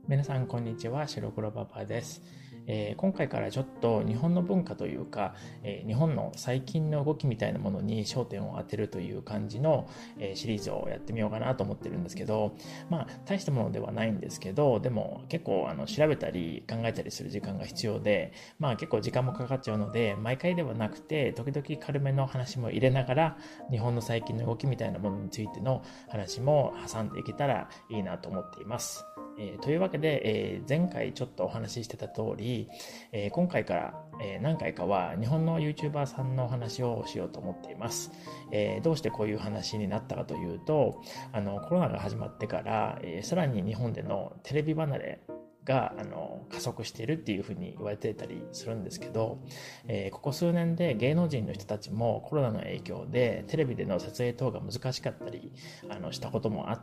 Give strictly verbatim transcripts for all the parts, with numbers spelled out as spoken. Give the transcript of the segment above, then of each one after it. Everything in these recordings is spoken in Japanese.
皆さんこんにちは、白黒パパです。えー、今回からちょっと日本の文化というか、えー、日本の最近の動きみたいなものに焦点を当てるという感じの、えー、シリーズをやってみようかなと思ってるんですけど、まあ大したものではないんですけど、でも結構あの調べたり考えたりする時間が必要で、まあ結構時間もかかっちゃうので、毎回ではなくて時々軽めの話も入れながら、日本の最近の動きみたいなものについての話も挟んでいけたらいいなと思っています。えー、というわけで、えー、前回ちょっとお話ししてた通り、えー、今回から、えー、何回かは日本の YouTuber さんのお話をしようと思っています。えー、どうしてこういう話になったかというと、あのコロナが始まってから、えー、さらに日本でのテレビ離れがあの加速しているっていうふうに言われてたりするんですけど、えー、ここ数年で芸能人の人たちもコロナの影響でテレビでの撮影等が難しかったりあのしたこともあって、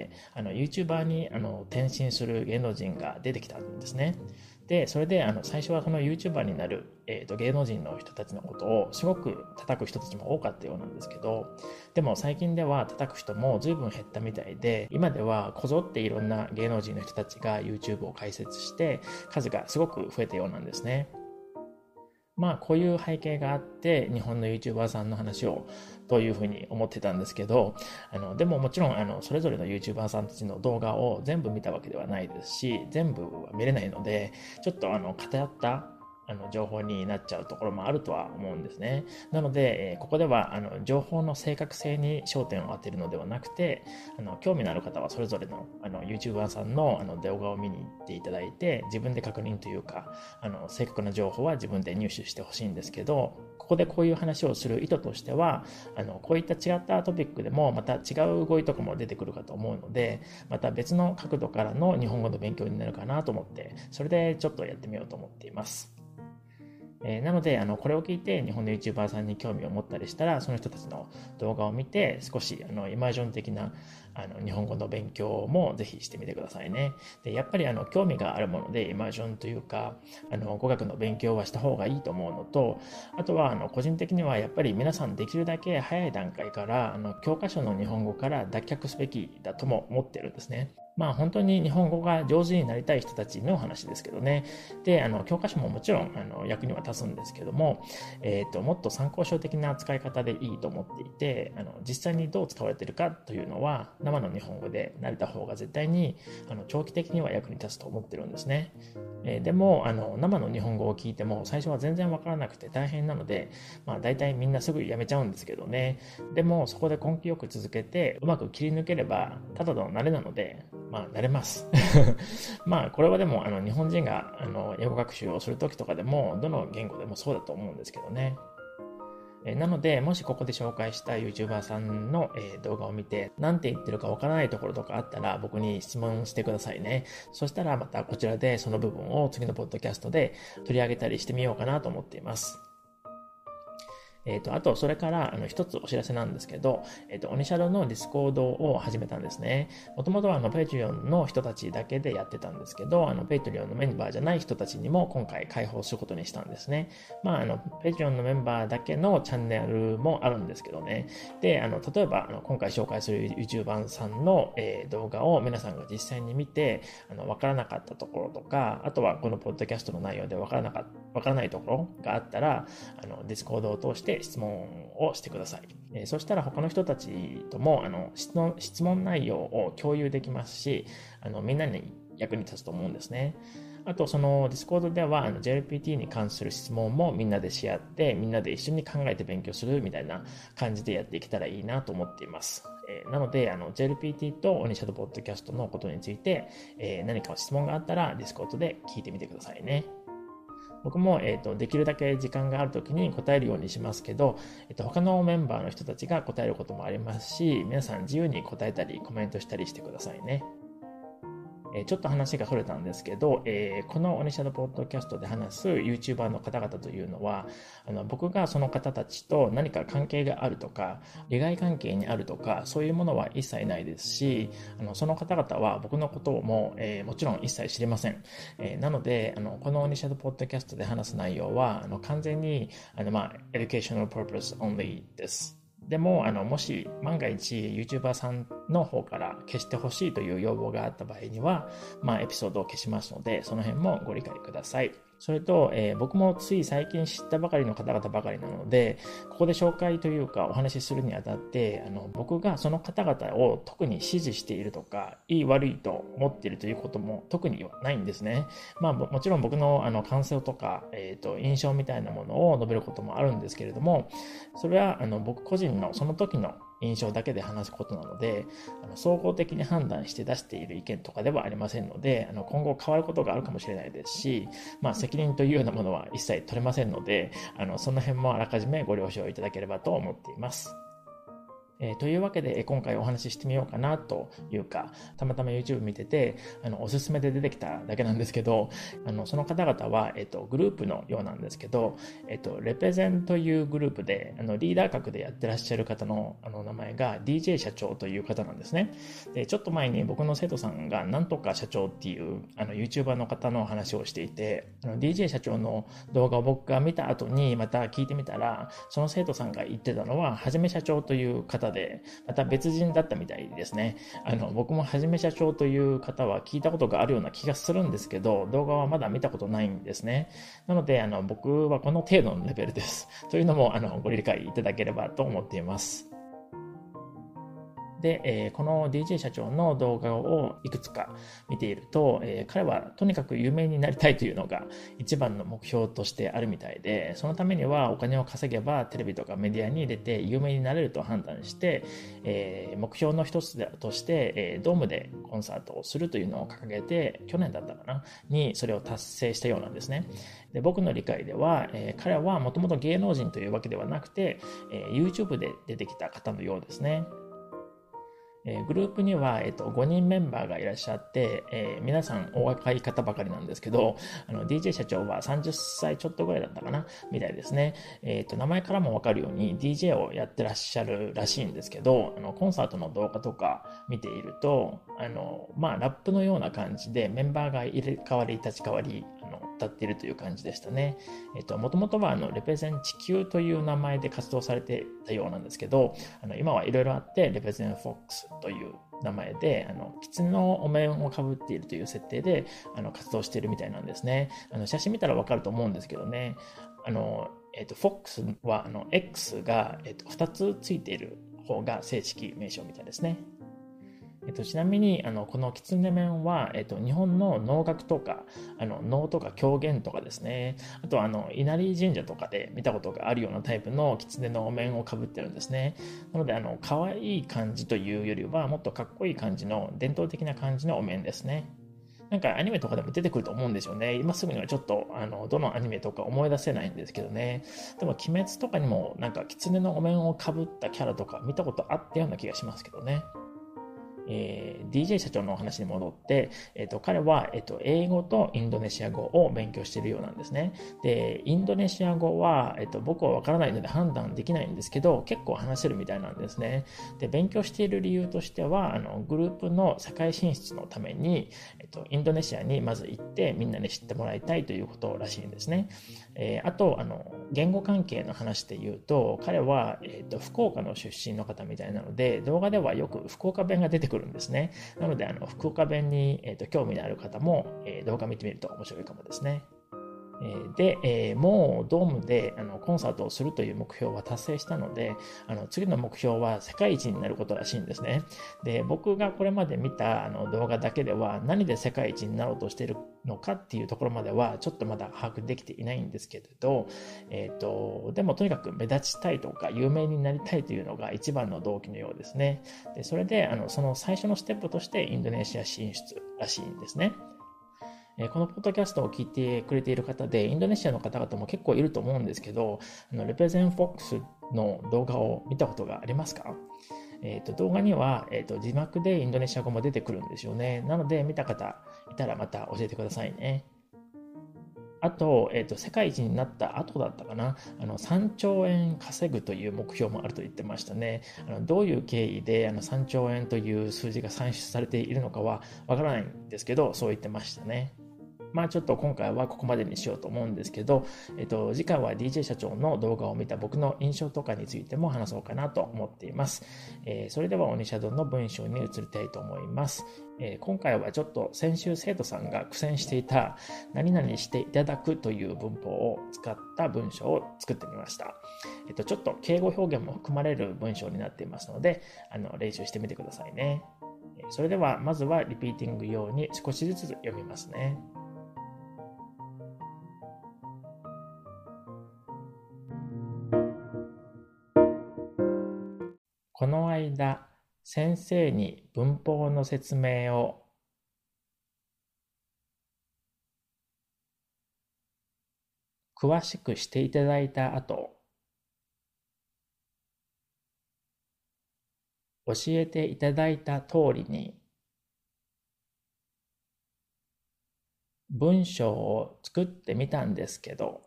あの YouTuber にあの転身する芸能人が出てきたんですね。で、それであの最初はその YouTuber になる、えー、と芸能人の人たちのことをすごく叩く人たちも多かったようなんですけど、でも最近では叩く人も随分減ったみたいで、今ではこぞっていろんな芸能人の人たちが YouTube を開設して数がすごく増えたようなんですね。まあこういう背景があって日本の YouTuber さんの話をというふうに思ってたんですけど、あのでももちろんあのそれぞれの YouTuber さんたちの動画を全部見たわけではないですし、全部は見れないので、ちょっとあの偏ったあの情報になっちゃうところもあるとは思うんですね。なので、えーここではあの情報の正確性に焦点を当てるのではなくて、あの興味のある方はそれぞれのあの YouTuber さんのあの動画を見に行っていただいて、自分で確認というか、あの正確な情報は自分で入手してほしいんですけど、ここでこういう話をする意図としては、あのこういった違ったトピックでもまた違う語彙とかも出てくるかと思うので、また別の角度からの日本語の勉強になるかなと思って、それでちょっとやってみようと思っています。えーなので、あの、これを聞いて日本の YouTuber さんに興味を持ったりしたら、その人たちの動画を見て、少しあのイマージョン的なあの日本語の勉強もぜひしてみてくださいね。で、やっぱりあの興味があるもので、イマージョンというか、あの語学の勉強はした方がいいと思うのと、あとはあの個人的にはやっぱり皆さんできるだけ早い段階から、あの教科書の日本語から脱却すべきだとも思ってるんですね。まあ本当に日本語が上手になりたい人たちの話ですけどね。で、あの教科書ももちろんあの役には立つんですけども、えーと、もっと参考書的な使い方でいいと思っていて、あの実際にどう使われているかというのは生の日本語で慣れた方が絶対にあの長期的には役に立つと思ってるんですね。えーでもあの生の日本語を聞いても最初は全然わからなくて大変なので、まあ、大体みんなすぐやめちゃうんですけどね。でもそこで根気よく続けてうまく切り抜ければただの慣れなので、まあ慣れますまあこれはでもあの日本人があの英語学習をするときとかでもどの言語でもそうだと思うんですけどね。えなので、もしここで紹介した YouTuber さんの、えー動画を見て、何て言ってるかわからないところとかあったら、僕に質問してくださいね。そしたらまたこちらでその部分を次のポッドキャストで取り上げたりしてみようかなと思っています。えっと、あと、それから、あの、一つお知らせなんですけど、えっと、オニシャドのディスコードを始めたんですね。もともとは、あの、ペイトリオンの人たちだけでやってたんですけど、あの、ペイトリオンのメンバーじゃない人たちにも今回開放することにしたんですね。まあ、あの、ペイトリオンのメンバーだけのチャンネルもあるんですけどね。で、あの、例えば、あの、今回紹介する YouTuber さんの、えー動画を皆さんが実際に見て、あの、わからなかったところとか、あとはこのポッドキャストの内容でわからなかった、わからないところがあったら、あの、ディスコードを通して質問をしてください。えーそしたら他の人たちともあの質問、質問内容を共有できますし、あのみんなに役に立つと思うんですね。あとその Discord ではあの ジェーエルピーティー に関する質問もみんなでし合って、みんなで一緒に考えて勉強するみたいな感じでやっていけたらいいなと思っています。えーなのであの ジェーエルピーティー とオニシャドポッドキャストのことについて、えー何か質問があったら Discord で聞いてみてくださいね。僕も、えーと、できるだけ時間があるときに答えるようにしますけど、えーと、他のメンバーの人たちが答えることもありますし、皆さん自由に答えたりコメントしたりしてくださいね。えーちょっと話がそれたんですけど、えーこのオニシャのポッドキャストで話す YouTuber の方々というのは、あの僕がその方たちと何か関係があるとか、利害関係にあるとか、そういうものは一切ないですし、あのその方々は僕のことをも、えーもちろん一切知りません。えーなので、あのこのオニシャのポッドキャストで話す内容は、あの完全にあの、まあ、educational purpose only です。でも、あのもし万が一 YouTuber さんの方から消してほしいという要望があった場合には、まあ、エピソードを消しますので、その辺もご理解ください。それと、えー、僕もつい最近知ったばかりの方々ばかりなので、ここで紹介というかお話しするにあたって、あの僕がその方々を特に支持しているとか、いい悪いと思っているということも特にはないんですね。まあもちろん僕のあの感想とか、えーと、印象みたいなものを述べることもあるんですけれども、それはあの僕個人のその時の印象だけで話すことなので、あの総合的に判断して出している意見とかではありませんので、あの今後変わることがあるかもしれないですし、まあ責任というようなものは一切取れませんので、あのその辺もあらかじめご了承いただければと思っています。えー、というわけで、今回お話ししてみようかなというか、たまたま YouTube 見てて、あの、おすすめで出てきただけなんですけど、あの、その方々は、えっと、グループのようなんですけど、えっと、レペゼンというグループで、あの、リーダー格でやってらっしゃる方の、あの、名前が ディージェー 社長という方なんですね。で、ちょっと前に僕の生徒さんが、なんとか社長っていう、あの、YouTuber の方の話をしていて、あの、ディージェー 社長の動画を僕が見た後に、また聞いてみたら、その生徒さんが言ってたのは、はじめ社長という方で、また別人だったみたいですね。あの、僕もはじめ社長という方は聞いたことがあるような気がするんですけど、動画はまだ見たことないんですね。なので、あの、僕はこの程度のレベルです。というのも、あの、ご理解いただければと思っています。で、えー、この ディージェー 社長の動画をいくつか見ていると、えー、彼はとにかく有名になりたいというのが一番の目標としてあるみたいで、そのためにはお金を稼げばテレビとかメディアに出て有名になれると判断して、えー、目標の一つとして、えー、ドームでコンサートをするというのを掲げて、去年だったかなにそれを達成したようなんですね。で、僕の理解では、えー、彼はもともと芸能人というわけではなくて、えー、YouTube で出てきた方のようですね。グループには、えっと、ごにんメンバーがいらっしゃって、えー、皆さんお若い方ばかりなんですけど、あの ディージェー 社長はさんじゅっさいちょっとぐらいだったかなみたいですね。えっと、名前からもわかるように ディージェー をやってらっしゃるらしいんですけど、あのコンサートの動画とか見ていると、あの、まあ、ラップのような感じでメンバーが入れ替わり立ち替わり、あの、歌っているという感じでしたね。えっと、もともとはあの、レペゼン地球という名前で活動されてたようなんですけど、あの、今はいろいろあって、レペゼンフォックスという名前で、あの、狐のお面をかぶっているという設定で、あの、活動しているみたいなんですね。あの、写真見たらわかると思うんですけどね。あの、えっと、フォックスは、あの、X が、えっと、ふたつついている方が正式名称みたいですね。えっと、ちなみに、あの、この狐面は、えっと、日本の能楽とか、あの、能とか狂言とかですね。あと、あの、稲荷神社とかで見たことがあるようなタイプの狐のお面をかぶってるんですね。なので、あの、可愛い感じというよりは、もっとかっこいい感じの、伝統的な感じのお面ですね。なんかアニメとかでも出てくると思うんですよね。今すぐにはちょっと、あの、どのアニメとか思い出せないんですけどね。でも、鬼滅とかにも、なんか、狐のお面をかぶったキャラとか見たことあったような気がしますけどね。えー、ディージェー 社長のお話に戻って、えっと、彼は、えっと、英語とインドネシア語を勉強しているようなんですね。で、インドネシア語は、えっと、僕はわからないので判断できないんですけど、結構話せるみたいなんですね。で、勉強している理由としては、あの、グループの世界進出のために、えっと、インドネシアにまず行って、みんなに知ってもらいたいということらしいんですね。えー、あと、あの、言語関係の話で言うと、彼は、えっと、福岡の出身の方みたいなので、動画ではよく福岡弁が出てくるんですね。なので、あの、福岡弁に、えーと、興味のある方も、えー、動画見てみると面白いかもですね。で、えー、もうドームであのコンサートをするという目標は達成したので、あの次の目標は世界一になることらしいんですね。で、僕がこれまで見たあの動画だけでは何で世界一になろうとしているのかっていうところまではちょっとまだ把握できていないんですけれど、えーと、でもとにかく目立ちたいとか有名になりたいというのが一番の動機のようですね。で、それであのその最初のステップとしてインドネシア進出らしいんですね。このポッドキャストを聞いてくれている方で、インドネシアの方々も結構いると思うんですけど、あのレペゼンフォックスの動画を見たことがありますか？えーと、動画には、えーと、字幕でインドネシア語も出てくるんですよね。なので、見た方いたらまた教えてくださいね。あと、えっと、世界一になった後だったかな、あの、さんちょうえん稼ぐという目標もあると言ってましたね。あの、どういう経緯で、あの、さんちょうえんという数字が算出されているのかはわからないんですけど、そう言ってましたね。 まあちょっと今回はここまでにしようと思うんですけど、えっと、次回は ディージェー 社長の動画を見た僕の印象とかについても話そうかなと思っています。えー、それでは鬼シャドウの文章に移りたいと思います。えー、今回はちょっと先週生徒さんが苦戦していた何々していただくという文法を使った文章を作ってみました。えっと、ちょっと敬語表現も含まれる文章になっていますので、あの練習してみてくださいね。それではまずはリピーティング用に少しずつ読みますね。この間、先生に文法の説明を詳しくしていただいた後、教えていただいた通りに文章を作ってみたんですけど、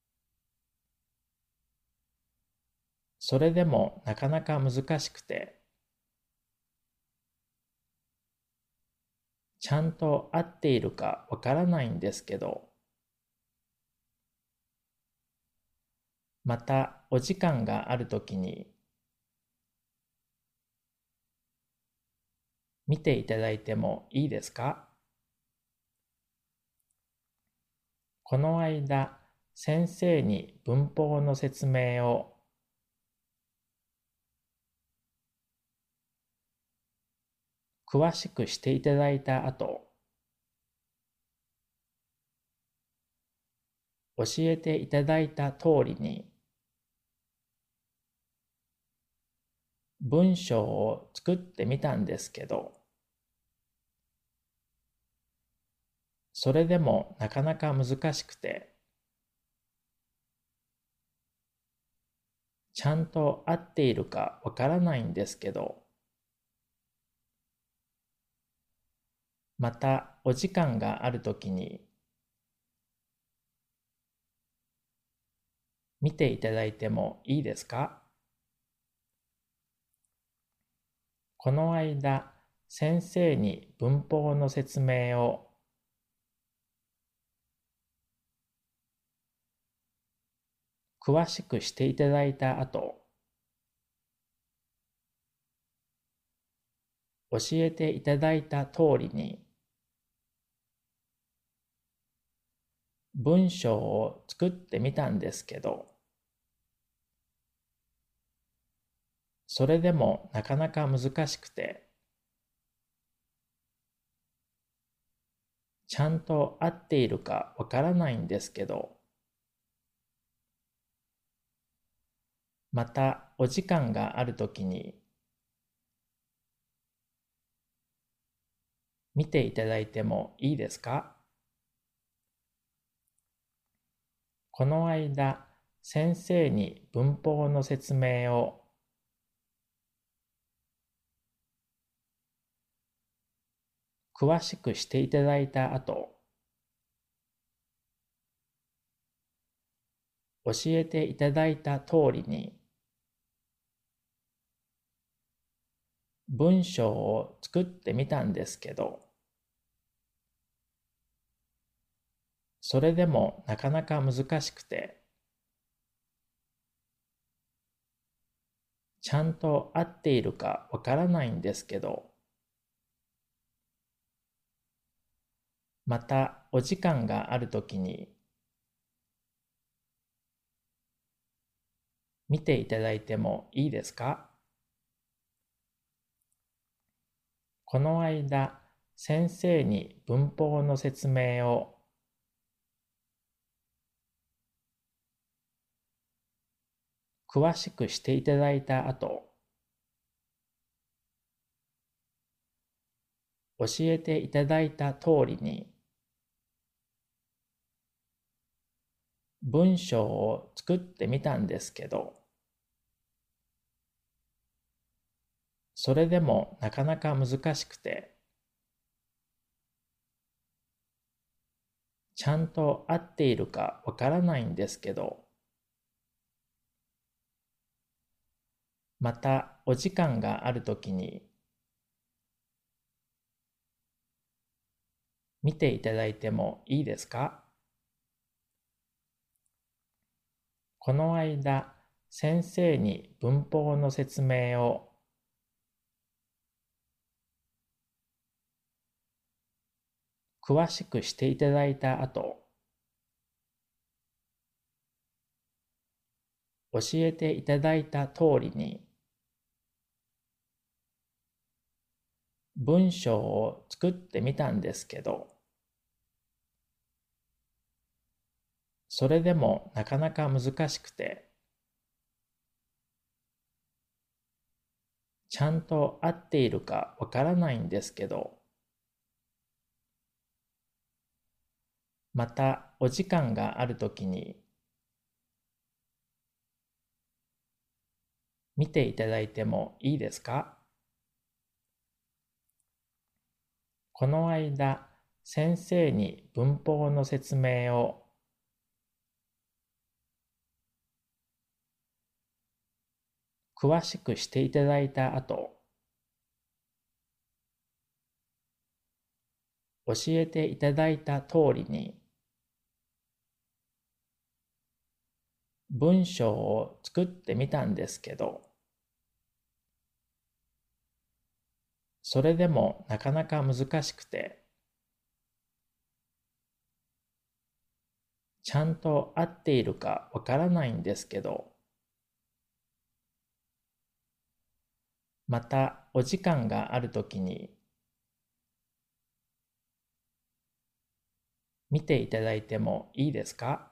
それでもなかなか難しくて、ちゃんと合っているかわからないんですけど、またお時間があるときに見ていただいてもいいですか？この間、先生に文法の説明を詳しくしていただいた後、教えていただいた通りに文章を作ってみたんですけど、それでもなかなか難しくて、ちゃんと合っているかわからないんですけど、またお時間があるときに見ていただいてもいいですか？この間、先生に文法の説明を詳しくしていただいた後、教えていただいた通りに文章を作ってみたんですけど、それでもなかなか難しくて、ちゃんと合っているかわからないんですけど、またお時間があるときに見ていただいてもいいですか？この間、先生に文法の説明を詳しくしていただいた後、教えていただいた通りに文章を作ってみたんですけど、それでもなかなか難しくて、ちゃんと合っているかわからないんですけど、またお時間があるときに見ていただいてもいいですか？この間、先生に文法の説明を詳しくしていただいた後、教えていただいた通りに文章を作ってみたんですけど、それでもなかなか難しくて、ちゃんと合っているかわからないんですけど、またお時間があるときに見ていただいてもいいですか？この間、先生に文法の説明を詳しくしていただいた後、教えていただいた通りに文章を作ってみたんですけど、それでもなかなか難しくて、ちゃんと合っているかわからないんですけど、またお時間があるときに見ていただいてもいいですか？この間、先生に文法の説明を詳しくしていただいた後、教えていただいた通りに文章を作ってみたんですけど、それでもなかなか難しくて、ちゃんと合っているかわからないんですけど、またお時間があるときに見ていただいてもいいですか？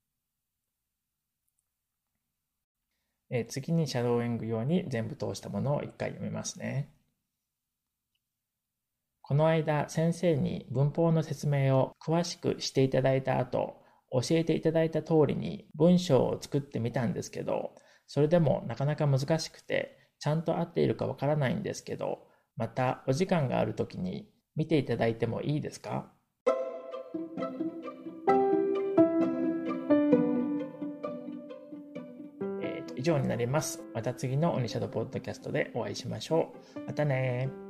えー次にシャドーイング用に全部通したものを一回読みますね。この間、先生に文法の説明を詳しくしていただいた後、教えていただいた通りに文章を作ってみたんですけど、それでもなかなか難しくて、ちゃんと合っているかわからないんですけど、またお時間があるときに見ていただいてもいいですか？えーと以上になります。また次のオニシャドポッドキャストでお会いしましょう。またね。